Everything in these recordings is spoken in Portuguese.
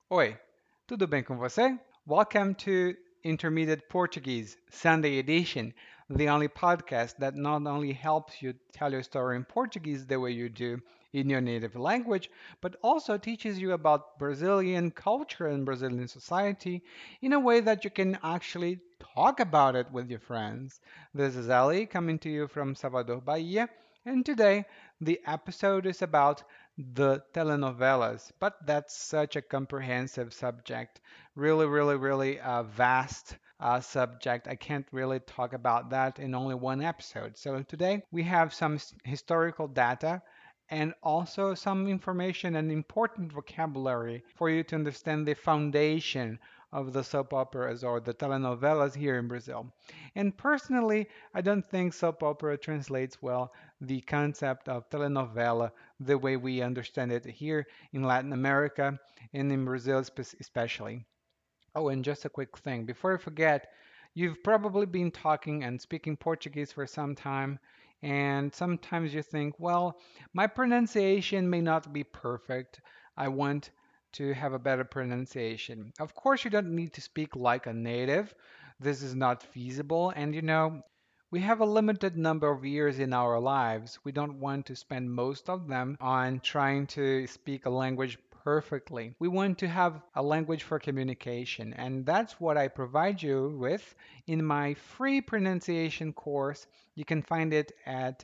Oi, tudo bem com você? Welcome to Intermediate Portuguese Sunday Edition, the only podcast that not only helps you tell your story in Portuguese the way you do in your native language, but also teaches you about Brazilian culture and Brazilian society in a way that you can actually talk about it with your friends. This is Ali coming to you from Salvador, Bahia, and today the episode is about the telenovelas, but that's such a comprehensive subject, really vast subject. I can't really talk about that in only one episode. So today we have some historical data and also some information and important vocabulary for you to understand the foundation of the soap operas or the telenovelas here in Brazil. And personally, I don't think soap opera translates well the concept of telenovela the way we understand it here in Latin America and in Brazil especially. Oh, and just a quick thing before I forget, you've probably been talking and speaking Portuguese for some time, and sometimes you think, well, my pronunciation may not be perfect. I want to have a better pronunciation. Of course, you don't need to speak like a native. This is not feasible, and we have a limited number of years in our lives. We don't want to spend most of them on trying to speak a language perfectly. We want to have a language for communication, and that's what I provide you with in my free pronunciation course. You can find it at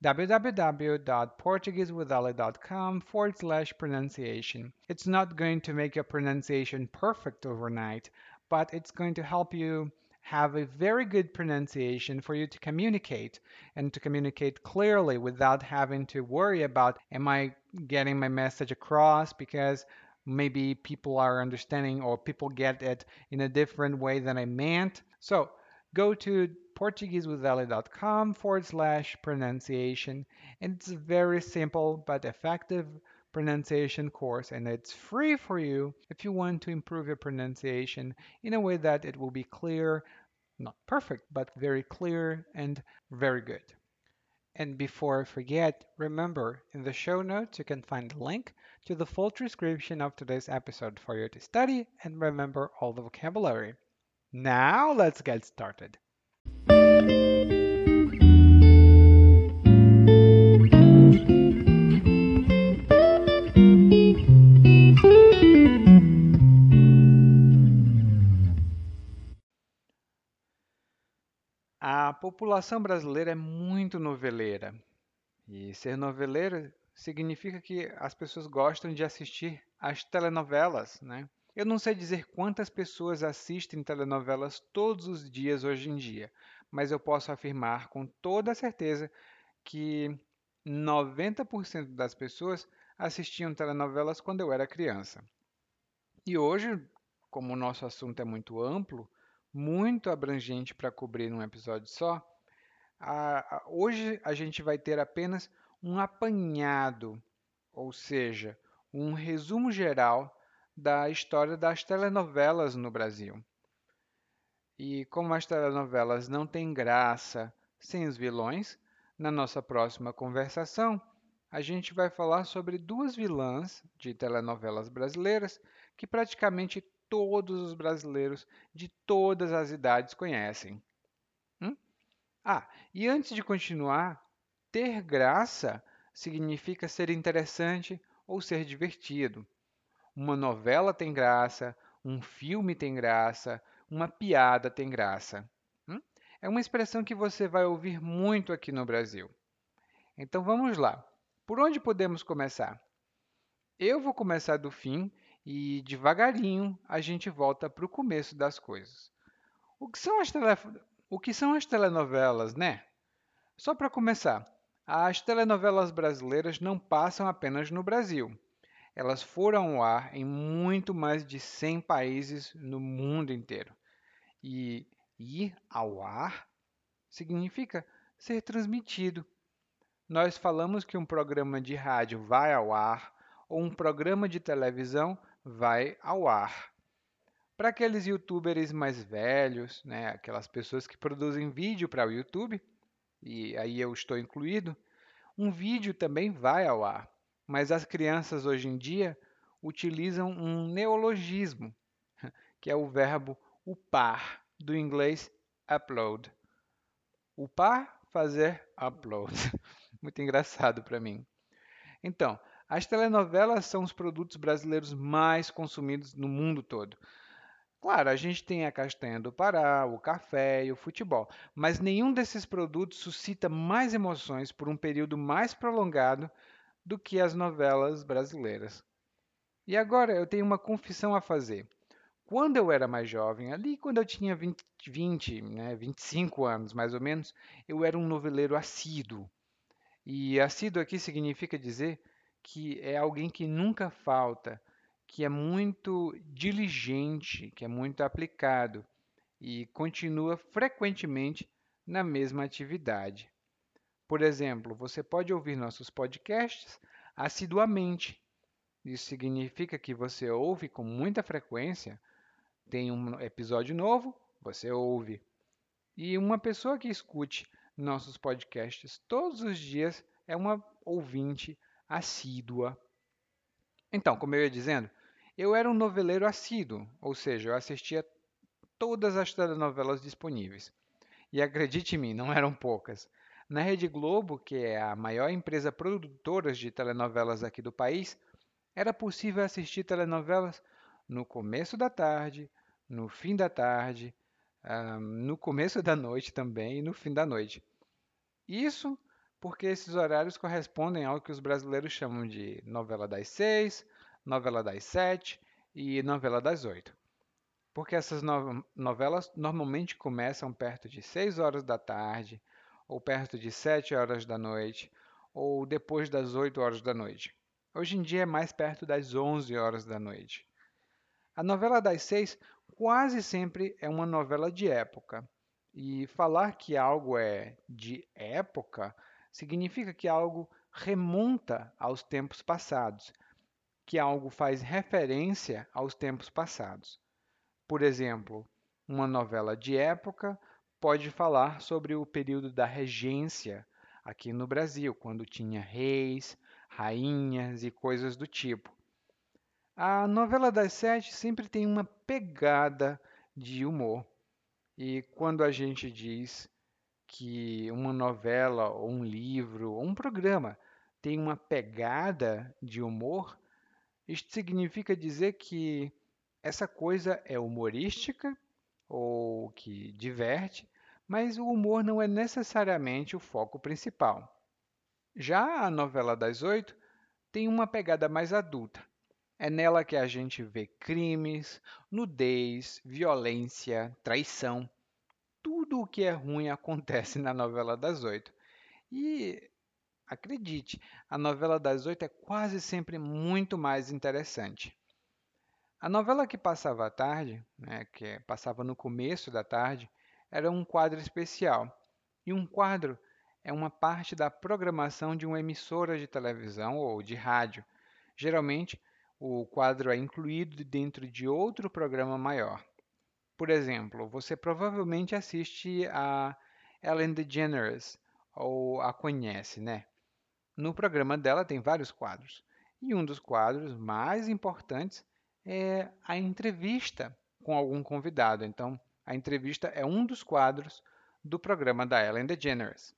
www.portuguesewithali.com/pronunciation. It's not going to make your pronunciation perfect overnight, but it's going to help you have a very good pronunciation for you to communicate and to communicate clearly without having to worry about am I getting my message across because maybe people are understanding or people get it in a different way than I meant. So go to portuguesewithali.com/pronunciation, and it's a very simple but effective pronunciation course, and it's free for you if you want to improve your pronunciation in a way that it will be clear, not perfect, but very clear and very good. And before I forget, remember in the show notes you can find a link to the full transcription of today's episode for you to study and remember all the vocabulary. Now let's get started. A população brasileira é muito noveleira. E ser noveleiro significa que as pessoas gostam de assistir às telenovelas, né? Eu não sei dizer quantas pessoas assistem telenovelas todos os dias hoje em dia, mas eu posso afirmar com toda a certeza que 90% das pessoas assistiam telenovelas quando eu era criança. E hoje, como o nosso assunto é muito amplo, muito abrangente para cobrir num episódio só, hoje a gente vai ter apenas um apanhado, ou seja, um resumo geral da história das telenovelas no Brasil. E como as telenovelas não têm graça sem os vilões, na nossa próxima conversação, a gente vai falar sobre duas vilãs de telenovelas brasileiras que praticamente todos os brasileiros de todas as idades conhecem. Hum? E antes de continuar, ter graça significa ser interessante ou ser divertido. Uma novela tem graça, um filme tem graça, uma piada tem graça. Hum? É uma expressão que você vai ouvir muito aqui no Brasil. Então vamos lá. Por onde podemos começar? Eu vou começar do fim e devagarinho a gente volta para o começo das coisas. O que são as O que são as telenovelas, né? Só para começar, as telenovelas brasileiras não passam apenas no Brasil. Elas foram ao ar em muito mais de 100 países no mundo inteiro. E ir ao ar significa ser transmitido. Nós falamos que um programa de rádio vai ao ar ou um programa de televisão vai ao ar. Para aqueles youtubers mais velhos, né, aquelas pessoas que produzem vídeo para o YouTube, e aí eu estou incluído, um vídeo também vai ao ar. Mas as crianças hoje em dia, utilizam um neologismo, que é o verbo upar, do inglês upload. Upar, fazer upload. Muito engraçado para mim. Então, as telenovelas são os produtos brasileiros mais consumidos no mundo todo. Claro, a gente tem a castanha do Pará, o café e o futebol, mas nenhum desses produtos suscita mais emoções por um período mais prolongado do que as novelas brasileiras. E agora eu tenho uma confissão a fazer. Quando eu era mais jovem, ali quando eu tinha 20, 25 anos mais ou menos, eu era um noveleiro assíduo. E assíduo aqui significa dizer que é alguém que nunca falta, que é muito diligente, que é muito aplicado e continua frequentemente na mesma atividade. Por exemplo, você pode ouvir nossos podcasts assiduamente. Isso significa que você ouve com muita frequência, tem um episódio novo, você ouve. E uma pessoa que escute nossos podcasts todos os dias é uma ouvinte assídua. Então, como eu ia dizendo, eu era um noveleiro assíduo, ou seja, eu assistia todas as telenovelas disponíveis. E acredite em mim, não eram poucas. Na Rede Globo, que é a maior empresa produtora de telenovelas aqui do país, era possível assistir telenovelas no começo da tarde, no fim da tarde, no começo da noite também e no fim da noite. Isso porque esses horários correspondem ao que os brasileiros chamam de novela das 6, novela das 7 e novela das 8. Porque essas novelas normalmente começam perto de 6 horas da tarde, ou perto de 7 horas da noite, ou depois das 8 horas da noite. Hoje em dia é mais perto das 11 horas da noite. A novela das 6 quase sempre é uma novela de época. E falar que algo é de época significa que algo remonta aos tempos passados, que algo faz referência aos tempos passados. Por exemplo, uma novela de época pode falar sobre o período da regência aqui no Brasil, quando tinha reis, rainhas e coisas do tipo. A novela das 7 sempre tem uma pegada de humor. E quando a gente diz que uma novela, ou um livro, ou um programa tem uma pegada de humor, isto significa dizer que essa coisa é humorística ou que diverte, mas o humor não é necessariamente o foco principal. Já a novela das 8 tem uma pegada mais adulta. É nela que a gente vê crimes, nudez, violência, traição. Tudo o que é ruim acontece na novela das 8. E acredite, a novela das 8 é quase sempre muito mais interessante. A novela que passava à tarde, que passava no começo da tarde, era um quadro especial. E um quadro é uma parte da programação de uma emissora de televisão ou de rádio. Geralmente, o quadro é incluído dentro de outro programa maior. Por exemplo, você provavelmente assiste a Ellen DeGeneres, ou a conhece, né? No programa dela tem vários quadros. E um dos quadros mais importantes é a entrevista com algum convidado. Então, a entrevista é um dos quadros do programa da Ellen DeGeneres.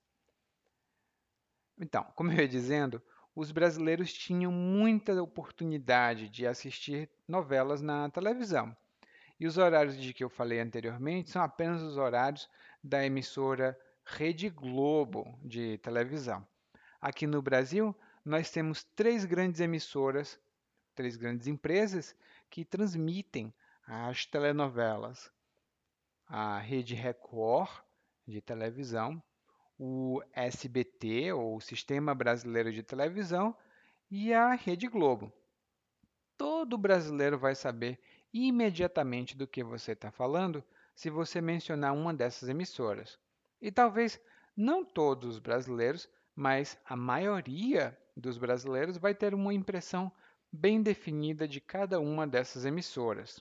Então, como eu ia dizendo, os brasileiros tinham muita oportunidade de assistir novelas na televisão. E os horários de que eu falei anteriormente são apenas os horários da emissora Rede Globo de televisão. Aqui no Brasil, nós temos três grandes emissoras, três grandes empresas que transmitem as telenovelas. A Rede Record de televisão, o SBT, ou Sistema Brasileiro de Televisão, e a Rede Globo. Todo brasileiro vai saber imediatamente do que você está falando se você mencionar uma dessas emissoras. E talvez não todos os brasileiros, mas a maioria dos brasileiros vai ter uma impressão bem definida de cada uma dessas emissoras.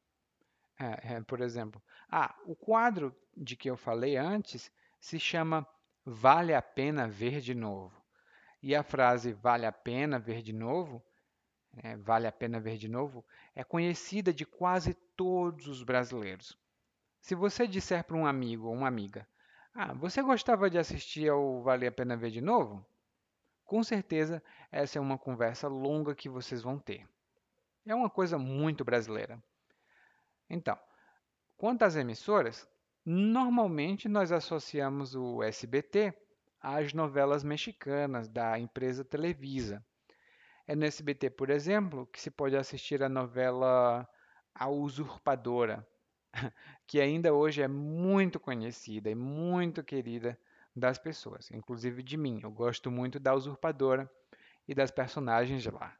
Por exemplo, o quadro de que eu falei antes se chama Vale a Pena Ver de Novo. E a frase Vale a Pena Ver de Novo Vale a Pena Ver de Novo, é conhecida de quase todos os brasileiros. Se você disser para um amigo ou uma amiga, você gostava de assistir ao Vale a Pena Ver de Novo? Com certeza, essa é uma conversa longa que vocês vão ter. É uma coisa muito brasileira. Então, quanto às emissoras, normalmente nós associamos o SBT às novelas mexicanas da empresa Televisa. É no SBT, por exemplo, que se pode assistir a novela A Usurpadora, que ainda hoje é muito conhecida e muito querida das pessoas, inclusive de mim. Eu gosto muito da Usurpadora e das personagens de lá.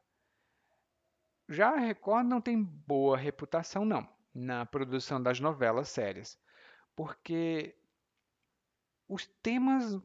Já a Record não tem boa reputação, não, na produção das novelas sérias, porque os temas,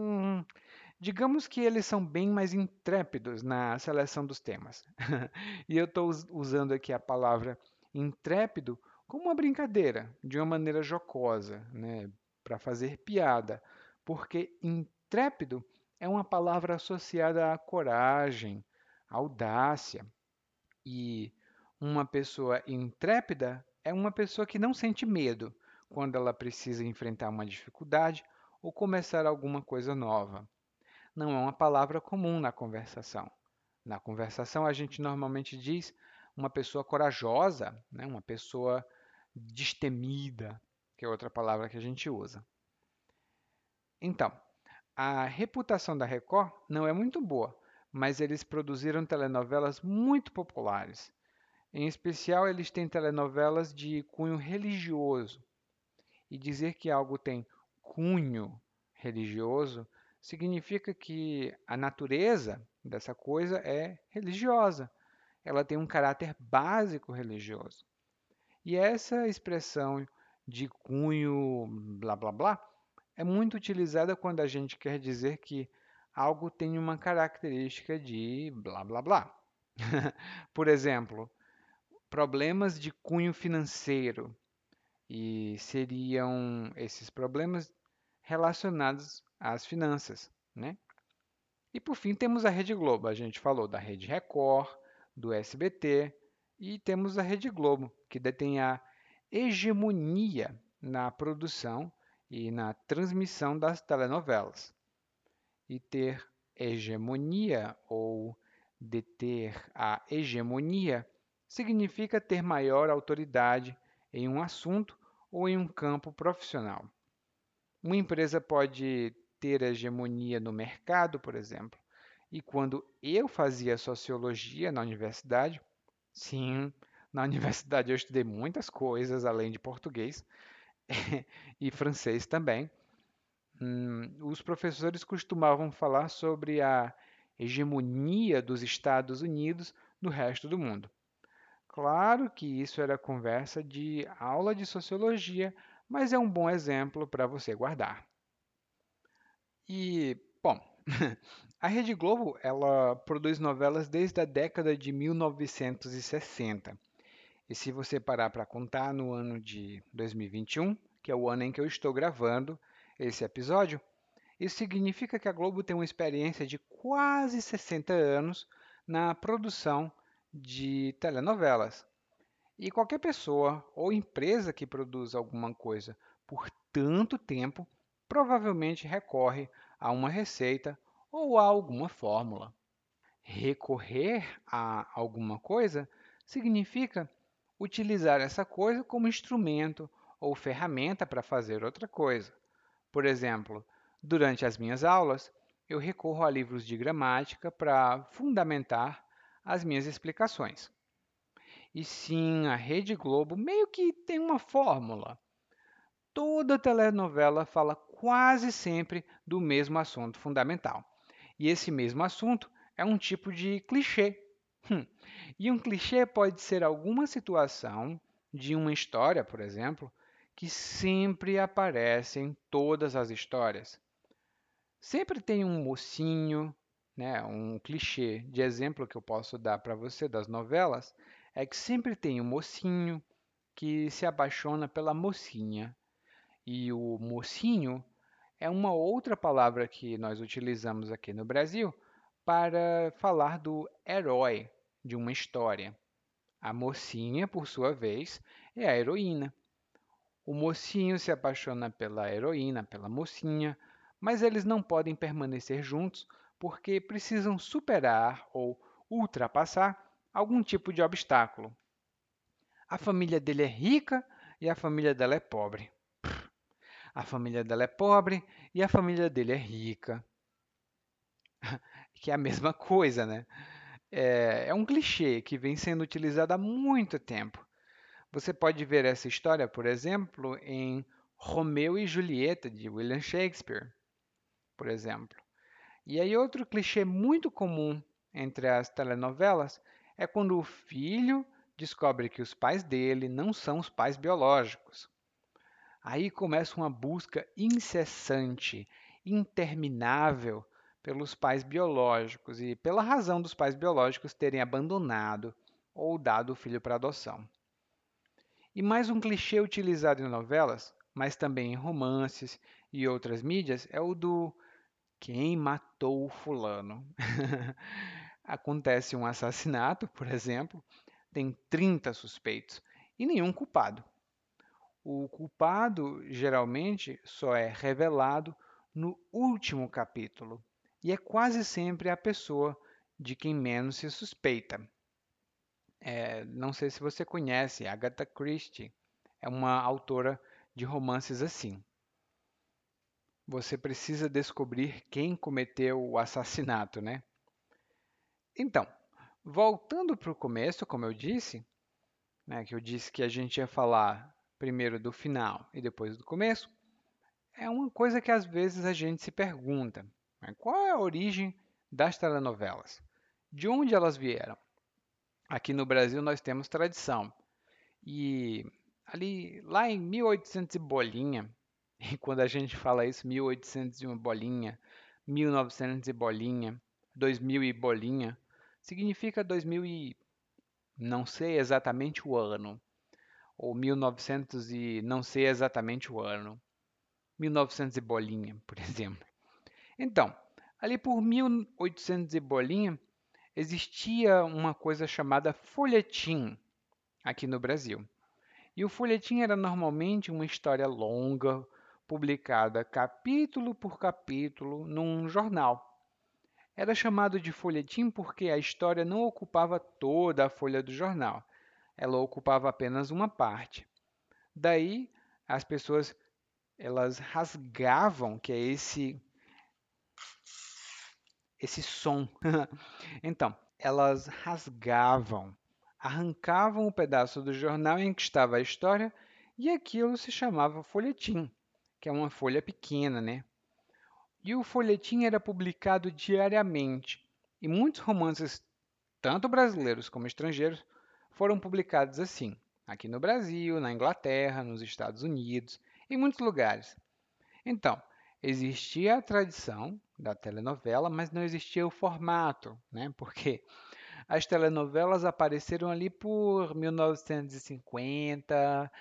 digamos que eles são bem mais intrépidos na seleção dos temas. E eu estou usando aqui a palavra intrépido como uma brincadeira, de uma maneira jocosa, né, para fazer piada, porque intrépido é uma palavra associada à coragem, à audácia, e uma pessoa intrépida é uma pessoa que não sente medo quando ela precisa enfrentar uma dificuldade ou começar alguma coisa nova. Não é uma palavra comum na conversação. Na conversação, a gente normalmente diz uma pessoa corajosa, né? Uma pessoa destemida, que é outra palavra que a gente usa. Então, a reputação da Record não é muito boa, mas eles produziram telenovelas muito populares. Em especial, eles têm telenovelas de cunho religioso. E dizer que algo tem cunho religioso significa que a natureza dessa coisa é religiosa. Ela tem um caráter básico religioso. E essa expressão de cunho blá blá blá é muito utilizada quando a gente quer dizer que algo tem uma característica de blá blá blá. Por exemplo, problemas de cunho financeiro, e seriam esses problemas relacionados às finanças, né? E por fim temos a Rede Globo. A gente falou da Rede Record, do SBT e temos a Rede Globo, que detém a hegemonia na produção e na transmissão das telenovelas. E ter hegemonia ou deter a hegemonia significa ter maior autoridade em um assunto ou em um campo profissional. Uma empresa pode ter hegemonia no mercado, por exemplo. E quando eu fazia sociologia na universidade, sim, na universidade eu estudei muitas coisas além de português e francês também. Os professores costumavam falar sobre a hegemonia dos Estados Unidos no resto do mundo. Claro que isso era conversa de aula de sociologia, mas é um bom exemplo para você guardar. E, bom, a Rede Globo, ela produz novelas desde a década de 1960. E se você parar para contar no ano de 2021, que é o ano em que eu estou gravando esse episódio, isso significa que a Globo tem uma experiência de quase 60 anos na produção de telenovelas. E qualquer pessoa ou empresa que produz alguma coisa por tanto tempo provavelmente recorre a uma receita ou a alguma fórmula. Recorrer a alguma coisa significa utilizar essa coisa como instrumento ou ferramenta para fazer outra coisa. Por exemplo, durante as minhas aulas, eu recorro a livros de gramática para fundamentar as minhas explicações. E sim, a Rede Globo meio que tem uma fórmula. Toda telenovela fala quase sempre do mesmo assunto fundamental. E esse mesmo assunto é um tipo de clichê. Hum. E um clichê pode ser alguma situação de uma história, por exemplo, que sempre aparece em todas as histórias. Sempre tem um mocinho, né, um clichê de exemplo que eu posso dar para você das novelas é que sempre tem um mocinho que se apaixona pela mocinha. E o mocinho é uma outra palavra que nós utilizamos aqui no Brasil para falar do herói de uma história. A mocinha, por sua vez, é a heroína. O mocinho se apaixona pela heroína, pela mocinha, mas eles não podem permanecer juntos porque precisam superar ou ultrapassar algum tipo de obstáculo. A família dele é rica e a família dela é pobre. A família dela é pobre e a família dele é rica, que é a mesma coisa, né? É um clichê que vem sendo utilizado há muito tempo. Você pode ver essa história, por exemplo, em Romeu e Julieta, de William Shakespeare, por exemplo. E aí, outro clichê muito comum entre as telenovelas é quando o filho descobre que os pais dele não são os pais biológicos. Aí começa uma busca incessante, interminável pelos pais biológicos e pela razão dos pais biológicos terem abandonado ou dado o filho para adoção. E mais um clichê utilizado em novelas, mas também em romances e outras mídias, é o do quem matou o fulano. Acontece um assassinato, por exemplo, tem 30 suspeitos e nenhum culpado. O culpado geralmente só é revelado no último capítulo e é quase sempre a pessoa de quem menos se suspeita. Não sei se você conhece, Agatha Christie é uma autora de romances assim. Você precisa descobrir quem cometeu o assassinato, né? Então, voltando para o começo, como eu disse, né, que eu disse que a gente ia falar primeiro do final e depois do começo, é uma coisa que às vezes a gente se pergunta, né, qual é a origem das telenovelas? De onde elas vieram? Aqui no Brasil nós temos tradição. E ali, lá em 1800 e bolinha, e quando a gente fala isso, 1800 e uma bolinha, 1900 e bolinha, 2000 e bolinha, significa 2000 e não sei exatamente o ano, ou 1900 e não sei exatamente o ano, 1900 e bolinha, por exemplo. Então, ali por 1800 e bolinha, existia uma coisa chamada folhetim aqui no Brasil. E o folhetim era normalmente uma história longa, publicada capítulo por capítulo num jornal. Era chamado de folhetim porque a história não ocupava toda a folha do jornal, ela ocupava apenas uma parte. Daí as pessoas elas rasgavam, que é esse som. Então, elas rasgavam, arrancavam o pedaço do jornal em que estava a história e aquilo se chamava folhetim, que é uma folha pequena, né? E o folhetim era publicado diariamente, e muitos romances, tanto brasileiros como estrangeiros, foram publicados assim, aqui no Brasil, na Inglaterra, nos Estados Unidos, em muitos lugares. Então, existia a tradição da telenovela, mas não existia o formato, né? Porque as telenovelas apareceram ali por 1950,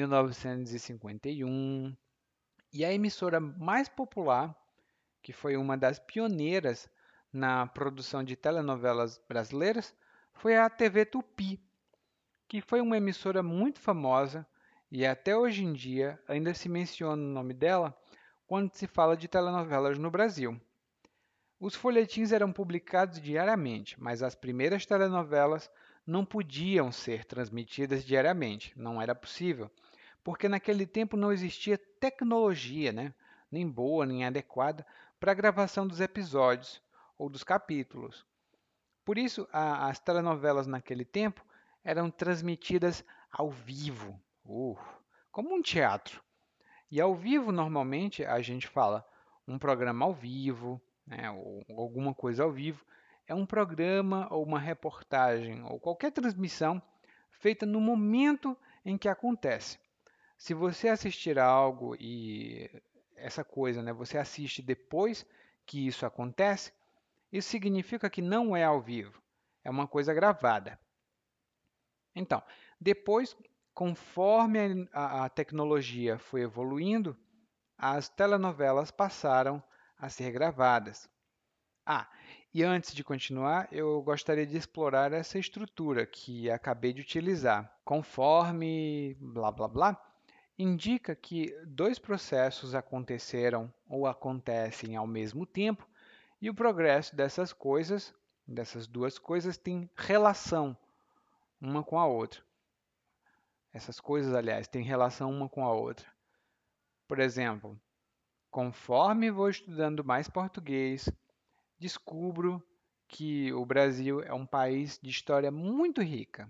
1951, e a emissora mais popular, que foi uma das pioneiras na produção de telenovelas brasileiras, foi a TV Tupi, que foi uma emissora muito famosa e até hoje em dia ainda se menciona o nome dela quando se fala de telenovelas no Brasil. Os folhetins eram publicados diariamente, mas as primeiras telenovelas não podiam ser transmitidas diariamente, não era possível, porque naquele tempo não existia tecnologia, né? Nem boa, nem adequada para a gravação dos episódios ou dos capítulos. Por isso, as telenovelas naquele tempo eram transmitidas ao vivo, como um teatro. E ao vivo, normalmente, a gente fala um programa ao vivo, né, ou alguma coisa ao vivo, é um programa ou uma reportagem ou qualquer transmissão feita no momento em que acontece. Se você assistir a algo e essa coisa, né, você assiste depois que isso acontece, isso significa que não é ao vivo, é uma coisa gravada. Então, depois, conforme a tecnologia foi evoluindo, as telenovelas passaram a ser gravadas. Ah, E antes de continuar, eu gostaria de explorar essa estrutura que acabei de utilizar. Conforme blá blá blá, indica que dois processos aconteceram ou acontecem ao mesmo tempo e o progresso dessas duas coisas, tem relação uma com a outra. Essas coisas, aliás, têm relação uma com a outra. Por exemplo, conforme vou estudando mais português, descubro que o Brasil é um país de história muito rica.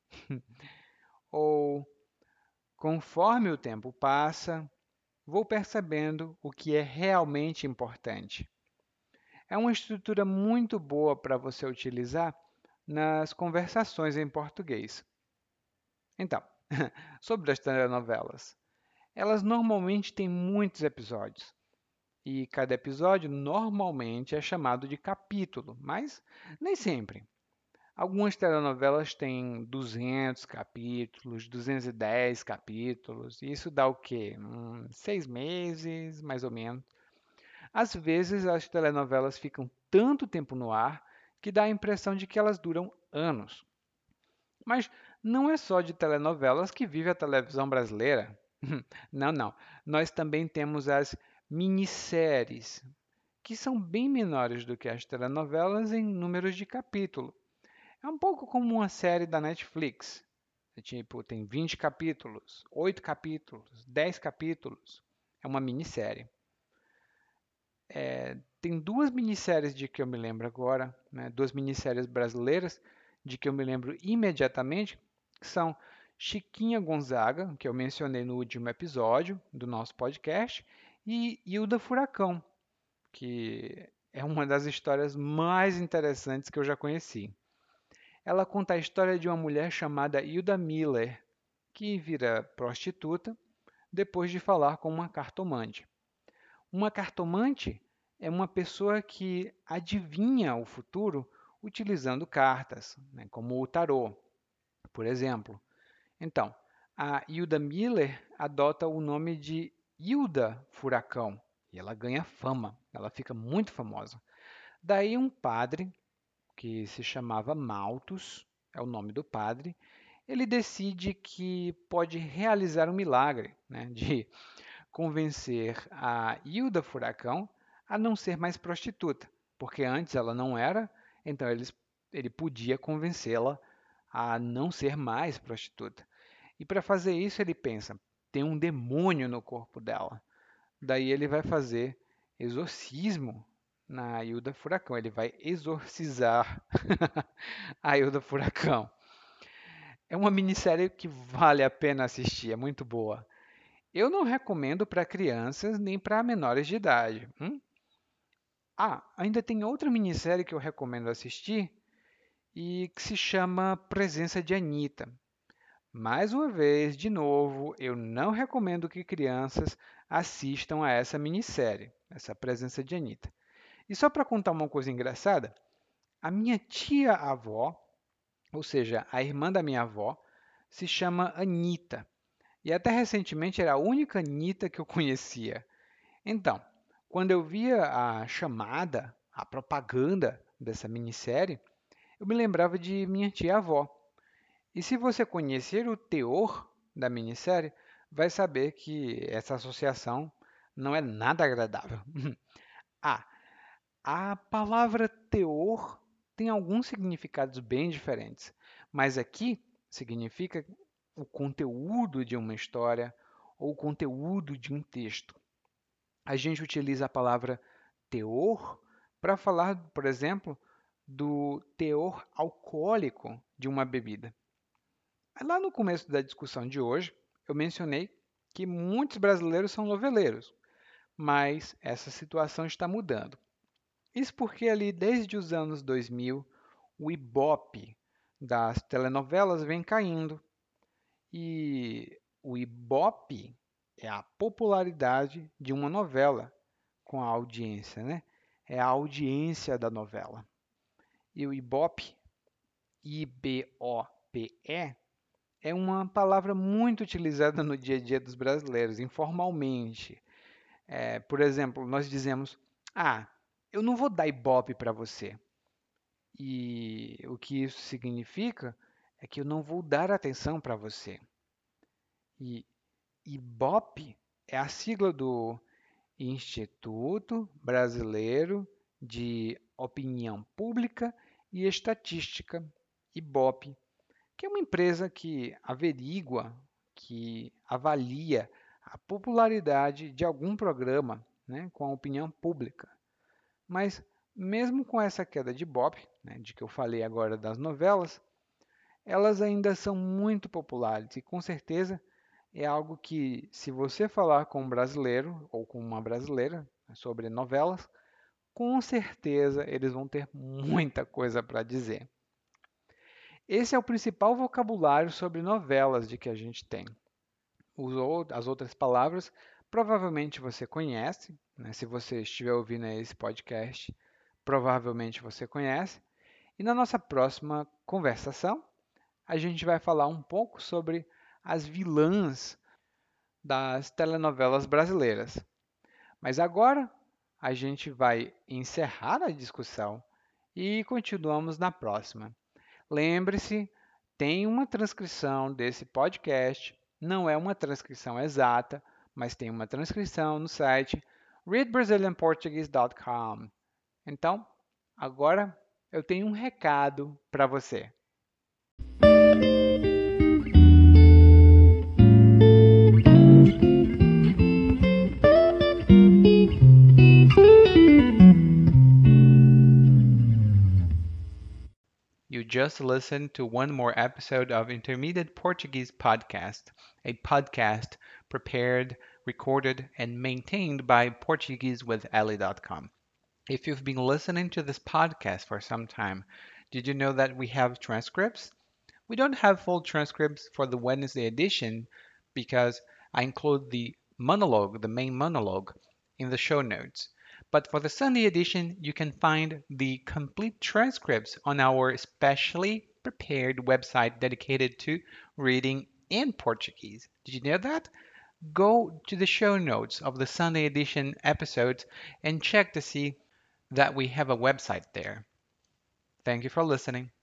Ou, conforme o tempo passa, vou percebendo o que é realmente importante. É uma estrutura muito boa para você utilizar nas conversações em português. Então, sobre as telenovelas. Elas normalmente têm muitos episódios, e cada episódio normalmente é chamado de capítulo, mas nem sempre. Algumas telenovelas têm 200 capítulos, 210 capítulos, e isso dá o quê? 6 meses, mais ou menos. Às vezes, as telenovelas ficam tanto tempo no ar que dá a impressão de que elas duram anos. Mas não é só de telenovelas que vive a televisão brasileira. Não, não. Nós também temos as minisséries, que são bem menores do que as telenovelas em números de capítulo. É um pouco como uma série da Netflix. Tipo, tem 20 capítulos, 8 capítulos, 10 capítulos. É uma minissérie. Tem duas minisséries de que eu me lembro agora, né? Duas minisséries brasileiras de que eu me lembro imediatamente, que são Chiquinha Gonzaga, que eu mencionei no último episódio do nosso podcast, e Hilda Furacão, que é uma das histórias mais interessantes que eu já conheci. Ela conta a história de uma mulher chamada Hilda Miller, que vira prostituta depois de falar com uma cartomante. Uma cartomante é uma pessoa que adivinha o futuro utilizando cartas, né, como o tarô, por exemplo. Então, a Hilda Miller adota o nome de Hilda Furacão e ela ganha fama, ela fica muito famosa. Daí um padre, que se chamava Malthus, é o nome do padre, ele decide que pode realizar um milagre, né, de convencer a Hilda Furacão a não ser mais prostituta, porque antes ela não era, então ele podia convencê-la a não ser mais prostituta. E para fazer isso, ele pensa: tem um demônio no corpo dela. Daí ele vai fazer exorcismo na Hilda Furacão, ele vai exorcizar a Hilda Furacão. É uma minissérie que vale a pena assistir, é muito boa. Eu não recomendo para crianças nem para menores de idade. Ainda tem outra minissérie que eu recomendo assistir e que se chama Presença de Anita. Mais uma vez, de novo, eu não recomendo que crianças assistam a essa minissérie, essa Presença de Anita. E só para contar uma coisa engraçada, a minha tia-avó, ou seja, a irmã da minha avó, se chama Anita. E até recentemente era a única Anita que eu conhecia. Então, quando eu via a chamada, a propaganda dessa minissérie, eu me lembrava de minha tia-avó. E se você conhecer o teor da minissérie, vai saber que essa associação não é nada agradável. Ah, a palavra teor tem alguns significados bem diferentes, mas aqui significa o conteúdo de uma história ou o conteúdo de um texto. A gente utiliza a palavra teor para falar, por exemplo, do teor alcoólico de uma bebida. Lá no começo da discussão de hoje, eu mencionei que muitos brasileiros são noveleiros, mas essa situação está mudando. Isso porque ali desde os anos 2000, o Ibope das telenovelas vem caindo. E o Ibope é a popularidade de uma novela com a audiência, né? É a audiência da novela. E o Ibope, I-B-O-P-E, é uma palavra muito utilizada no dia a dia dos brasileiros, informalmente. Por exemplo, nós dizemos: eu não vou dar Ibope para você. E o que isso significa é que eu não vou dar atenção para você. E IBOP é a sigla do Instituto Brasileiro de Opinião Pública e Estatística, IBOP, que é uma empresa que averigua, que avalia a popularidade de algum programa, né, com a opinião pública. Mas mesmo com essa queda de Ibope, né, de que eu falei agora das novelas, elas ainda são muito populares e com certeza é algo que, se você falar com um brasileiro ou com uma brasileira sobre novelas, com certeza eles vão ter muita coisa para dizer. Esse é o principal vocabulário sobre novelas de que a gente tem. As outras palavras provavelmente você conhece, né? Se você estiver ouvindo esse podcast, provavelmente você conhece. E na nossa próxima conversação, a gente vai falar um pouco sobre as vilãs das telenovelas brasileiras. Mas agora a gente vai encerrar a discussão e continuamos na próxima. Lembre-se, tem uma transcrição desse podcast, não é uma transcrição exata, mas tem uma transcrição no site readbrazilianportuguese.com. Então, agora eu tenho um recado para você. You just listened to one more episode of Intermediate Portuguese Podcast, a podcast prepared, recorded, and maintained by PortugueseWithEli.com. If you've been listening to this podcast for some time, did you know that we have transcripts? We don't have full transcripts for the Wednesday edition because I include the monologue, the main monologue, in the show notes. But for the Sunday edition, you can find the complete transcripts on our specially prepared website dedicated to reading in Portuguese. Did you know that? Go to the show notes of the Sunday edition episodes and check to see that we have a website there. Thank you for listening.